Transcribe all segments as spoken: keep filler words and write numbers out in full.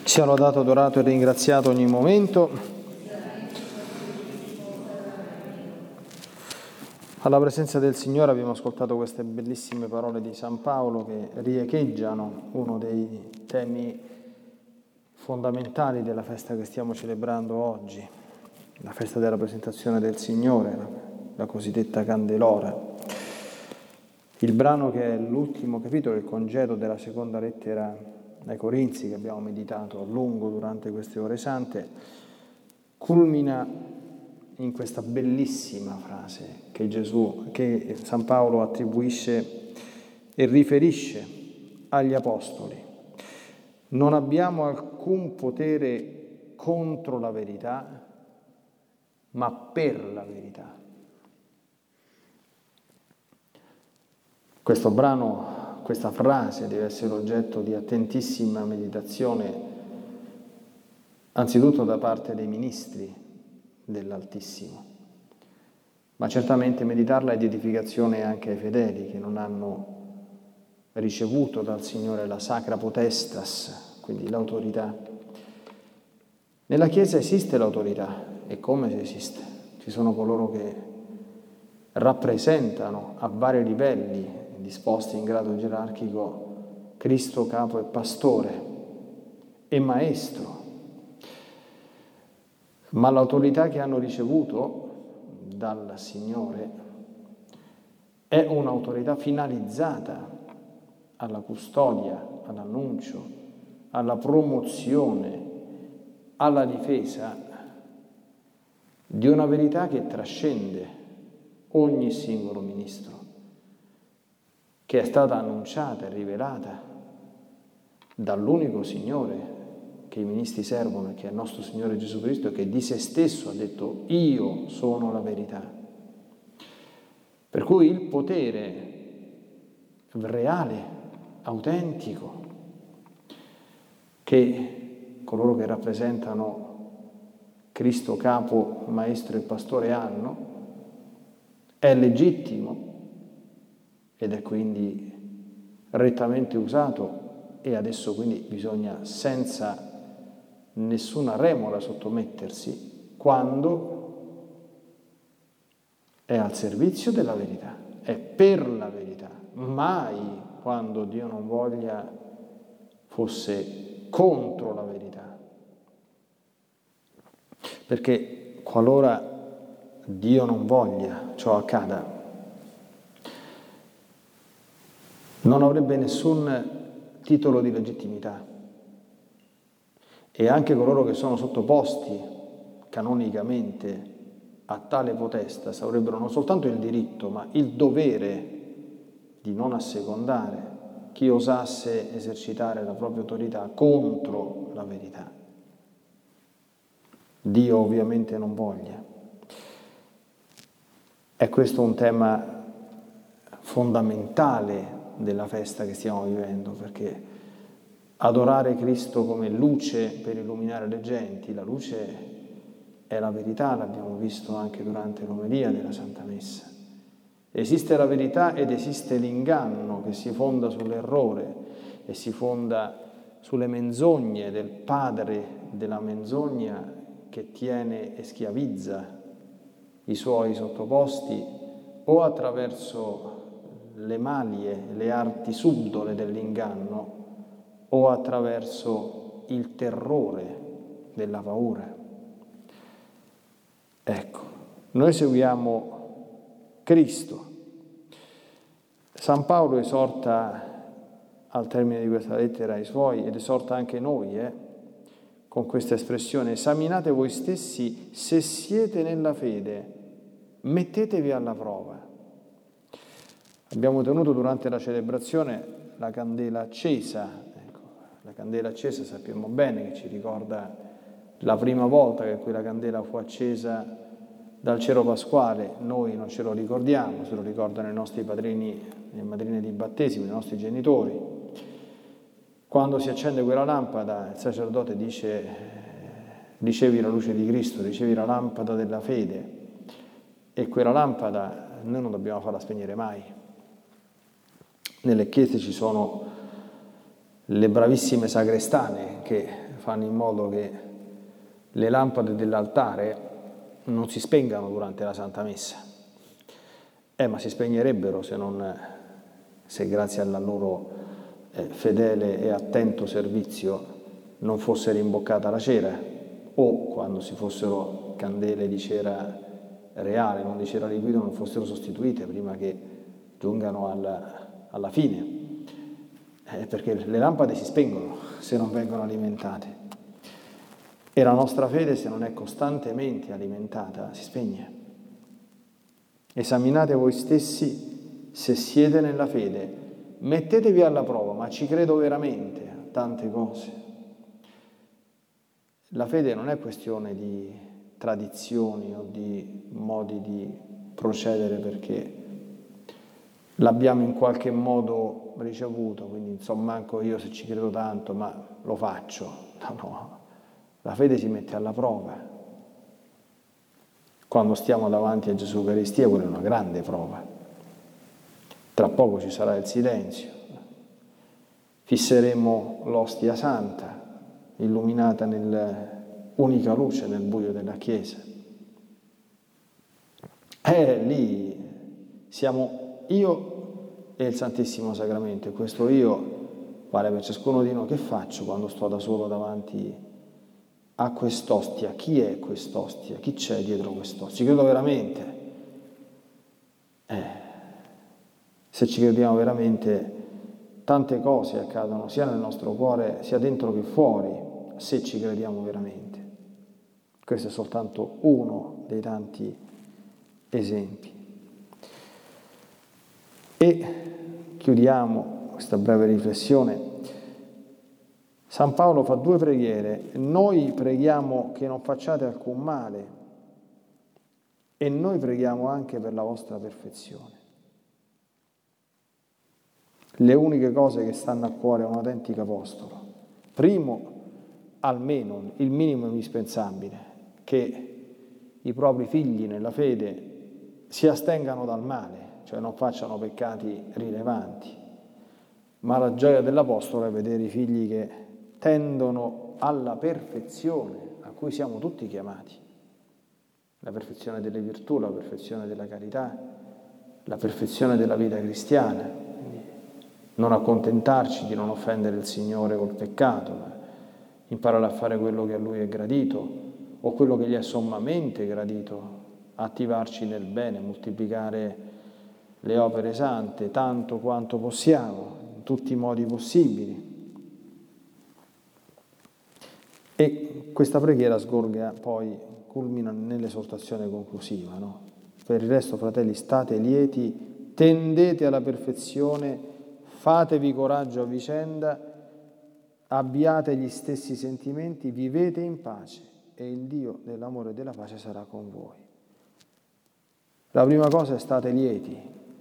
Sia lodato, adorato e ringraziato ogni momento. Alla presenza del Signore abbiamo ascoltato queste bellissime parole di San Paolo che riecheggiano uno dei temi fondamentali della festa che stiamo celebrando oggi, la festa della presentazione del Signore, la cosiddetta Candelora. Il brano che è l'ultimo capitolo, il congedo della seconda lettera ai Corinzi, che abbiamo meditato a lungo durante queste ore sante, culmina in questa bellissima frase che Gesù, che San Paolo attribuisce e riferisce agli Apostoli: non abbiamo alcun potere contro la verità, ma per la verità. Questo brano, questa frase deve essere oggetto di attentissima meditazione, anzitutto da parte dei ministri dell'Altissimo, ma certamente meditarla è di edificazione anche ai fedeli che non hanno ricevuto dal Signore la sacra potestas, quindi l'autorità. Nella Chiesa esiste l'autorità, e come esiste? Ci sono coloro che rappresentano a vari livelli, disposti in grado gerarchico, Cristo capo e pastore e maestro. Ma l'autorità che hanno ricevuto dal Signore è un'autorità finalizzata alla custodia, all'annuncio, alla promozione, alla difesa di una verità che trascende ogni singolo ministro, che è stata annunciata e rivelata dall'unico Signore che i ministri servono e che è il nostro Signore Gesù Cristo, che di se stesso ha detto: io sono la verità. Per cui il potere reale, autentico, che coloro che rappresentano Cristo capo, maestro e pastore hanno, è legittimo ed è quindi rettamente usato, e adesso quindi bisogna senza nessuna remora sottomettersi quando è al servizio della verità, è per la verità, mai quando Dio non voglia fosse contro la verità. Perché qualora Dio non voglia ciò accada, non avrebbe nessun titolo di legittimità, e anche coloro che sono sottoposti canonicamente a tale potestas avrebbero non soltanto il diritto, ma il dovere di non assecondare chi osasse esercitare la propria autorità contro la verità. Dio ovviamente non voglia. È questo un tema fondamentale della festa che stiamo vivendo, perché adorare Cristo come luce per illuminare le genti, la luce è la verità, l'abbiamo visto anche durante l'omelia della Santa Messa. Esiste la verità ed esiste l'inganno che si fonda sull'errore e si fonda sulle menzogne del padre della menzogna che tiene e schiavizza i suoi sottoposti o attraverso le maglie, le arti subdole dell'inganno o attraverso il terrore della paura. Ecco, noi seguiamo Cristo. San Paolo esorta al termine di questa lettera ai suoi, ed esorta anche noi, eh, con questa espressione: esaminate voi stessi se siete nella fede, mettetevi alla prova. Abbiamo tenuto durante la celebrazione la candela accesa. Ecco, la candela accesa sappiamo bene che ci ricorda la prima volta che quella candela fu accesa dal cero pasquale. Noi non ce lo ricordiamo, se lo ricordano i nostri padrini e madrine di battesimo, i nostri genitori. Quando si accende quella lampada, il sacerdote dice: ricevi la luce di Cristo, ricevi la lampada della fede, e quella lampada noi non dobbiamo farla spegnere mai. Nelle chiese ci sono le bravissime sagrestane che fanno in modo che le lampade dell'altare non si spengano durante la Santa Messa. Eh, ma si spegnerebbero se non, se grazie alla loro eh, fedele e attento servizio non fosse rimboccata la cera, o quando si fossero candele di cera reale, non di cera liquida, non fossero sostituite prima che giungano alla, alla fine. Eh, perché le lampade si spengono se non vengono alimentate. E la nostra fede, se non è costantemente alimentata, si spegne. Esaminate voi stessi se siete nella fede. Mettetevi alla prova, ma ci credo veramente a tante cose. La fede non è questione di tradizioni o di modi di procedere perché l'abbiamo in qualche modo ricevuto, quindi insomma manco io se ci credo tanto, ma lo faccio. No, no. La fede si mette alla prova. Quando stiamo davanti a Gesù Eucaristia, quella è una grande prova. Tra poco ci sarà il silenzio. Fisseremo l'ostia santa, illuminata nell'unica luce nel buio della Chiesa. E lì siamo io e il Santissimo Sacramento, e questo io vale per ciascuno di noi. Che faccio quando sto da solo davanti a quest'ostia? Chi è quest'ostia? Chi c'è dietro quest'ostia? Ci credo veramente? Eh, se ci crediamo veramente, tante cose accadono sia nel nostro cuore, sia dentro che fuori, se ci crediamo veramente. Questo è soltanto uno dei tanti esempi. E chiudiamo questa breve riflessione. San Paolo fa due preghiere. Noi preghiamo che non facciate alcun male e noi preghiamo anche per la vostra perfezione. Le uniche cose che stanno a cuore a un autentico apostolo. Primo, almeno il minimo indispensabile, che i propri figli nella fede si astengano dal male, cioè non facciano peccati rilevanti. Ma la gioia dell'apostolo è vedere i figli che tendono alla perfezione a cui siamo tutti chiamati. La perfezione delle virtù, la perfezione della carità, la perfezione della vita cristiana. Non accontentarci di non offendere il Signore col peccato, ma imparare a fare quello che a Lui è gradito o quello che gli è sommamente gradito, attivarci nel bene, moltiplicare le opere sante tanto quanto possiamo, in tutti i modi possibili. E questa preghiera sgorga poi, culmina nell'esortazione conclusiva, no? Per il resto, fratelli, state lieti, tendete alla perfezione, fatevi coraggio a vicenda, abbiate gli stessi sentimenti, vivete in pace e il Dio dell'amore e della pace sarà con voi. La prima cosa è state lieti.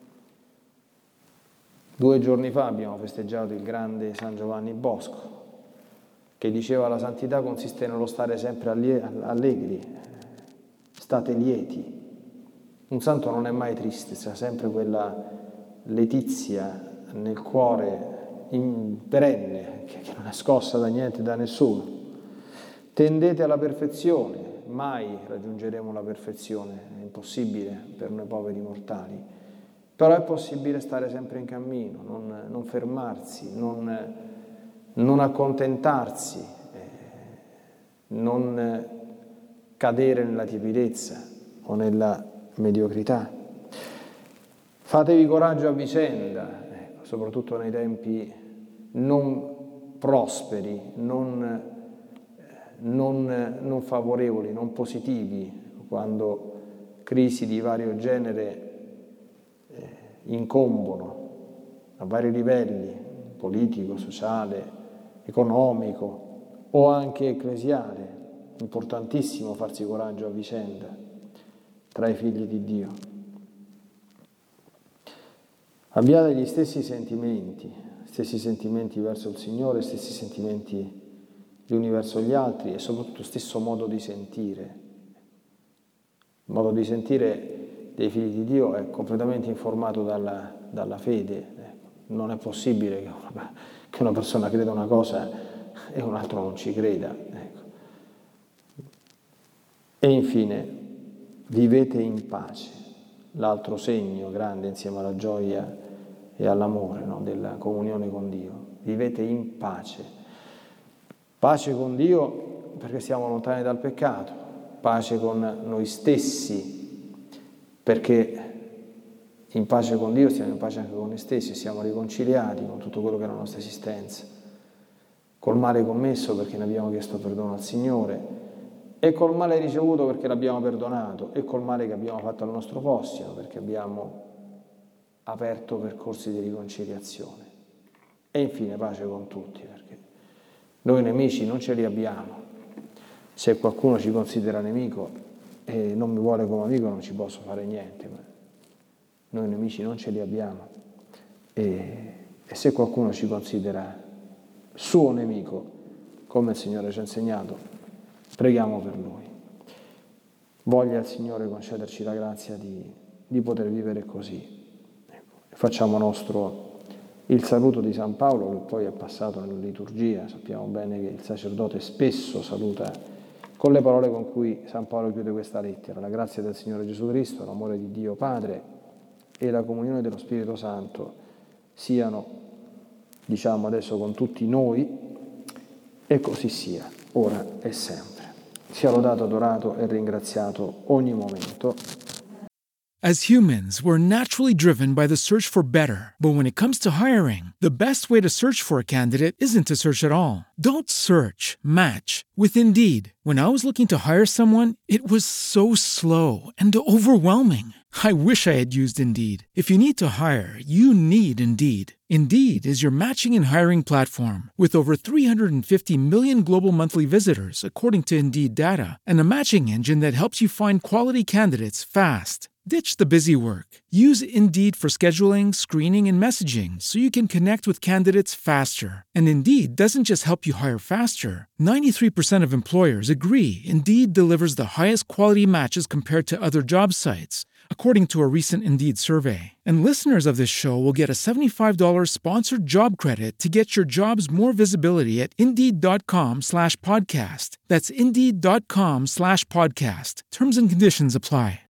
Due giorni fa abbiamo festeggiato il grande San Giovanni Bosco, che diceva la santità consiste nello stare sempre allegri, state lieti. Un santo non è mai triste, c'è sempre quella letizia nel cuore in perenne, che non è scossa da niente, da nessuno. Tendete alla perfezione, mai raggiungeremo la perfezione, è impossibile per noi poveri mortali, però è possibile stare sempre in cammino, non, non fermarsi, non, non accontentarsi, eh, non cadere nella tiepidezza o nella mediocrità. Fatevi coraggio a vicenda, ecco, soprattutto nei tempi non prosperi, non, non, non favorevoli, non positivi, quando crisi di vario genere eh, incombono a vari livelli, politico, sociale, economico o anche ecclesiale. Importantissimo farsi coraggio a vicenda tra i figli di Dio. Abbiate gli stessi sentimenti, stessi sentimenti verso il Signore, stessi sentimenti gli uni verso gli altri e soprattutto stesso modo di sentire. Il modo di sentire dei figli di Dio è completamente informato dalla, dalla fede. Non è possibile che una, che una persona creda una cosa e un altro non ci creda. Ecco. E infine, vivete in pace, l'altro segno grande insieme alla gioia e all'amore, no? Della comunione con Dio. Vivete in pace. Pace con Dio perché siamo lontani dal peccato, pace con noi stessi perché in pace con Dio stiamo in pace anche con noi stessi, siamo riconciliati con tutto quello che è la nostra esistenza, col male commesso perché ne abbiamo chiesto perdono al Signore, e col male ricevuto perché l'abbiamo perdonato, e col male che abbiamo fatto al nostro prossimo perché abbiamo aperto percorsi di riconciliazione. E infine pace con tutti, perché noi nemici non ce li abbiamo. Se qualcuno ci considera nemico e non mi vuole come amico non ci posso fare niente, ma noi nemici non ce li abbiamo. E, e se qualcuno ci considera suo nemico, come il Signore ci ha insegnato, preghiamo per lui. Voglia il Signore concederci la grazia di, di poter vivere così. Ecco. Facciamo nostro il saluto di San Paolo, che poi è passato nella liturgia. Sappiamo bene che il sacerdote spesso saluta con le parole con cui San Paolo chiude questa lettera. La grazia del Signore Gesù Cristo, l'amore di Dio Padre e la comunione dello Spirito Santo siano, diciamo adesso, con tutti noi, e così sia, ora e sempre. Sia lodato, adorato e ringraziato ogni momento. As humans, we're naturally driven by the search for better. But when it comes to hiring, the best way to search for a candidate isn't to search at all. Don't search, match with Indeed. When I was looking to hire someone, it was so slow and overwhelming. I wish I had used Indeed. If you need to hire, you need Indeed. Indeed is your matching and hiring platform with over three hundred fifty million global monthly visitors, according to Indeed data, and a matching engine that helps you find quality candidates fast. Ditch the busy work. Use Indeed for scheduling, screening, and messaging so you can connect with candidates faster. And Indeed doesn't just help you hire faster. ninety-three percent of employers agree Indeed delivers the highest quality matches compared to other job sites, according to a recent Indeed survey. And listeners of this show will get a seventy-five dollars sponsored job credit to get your jobs more visibility at Indeed.com slash podcast. That's Indeed.com slash podcast. Terms and conditions apply.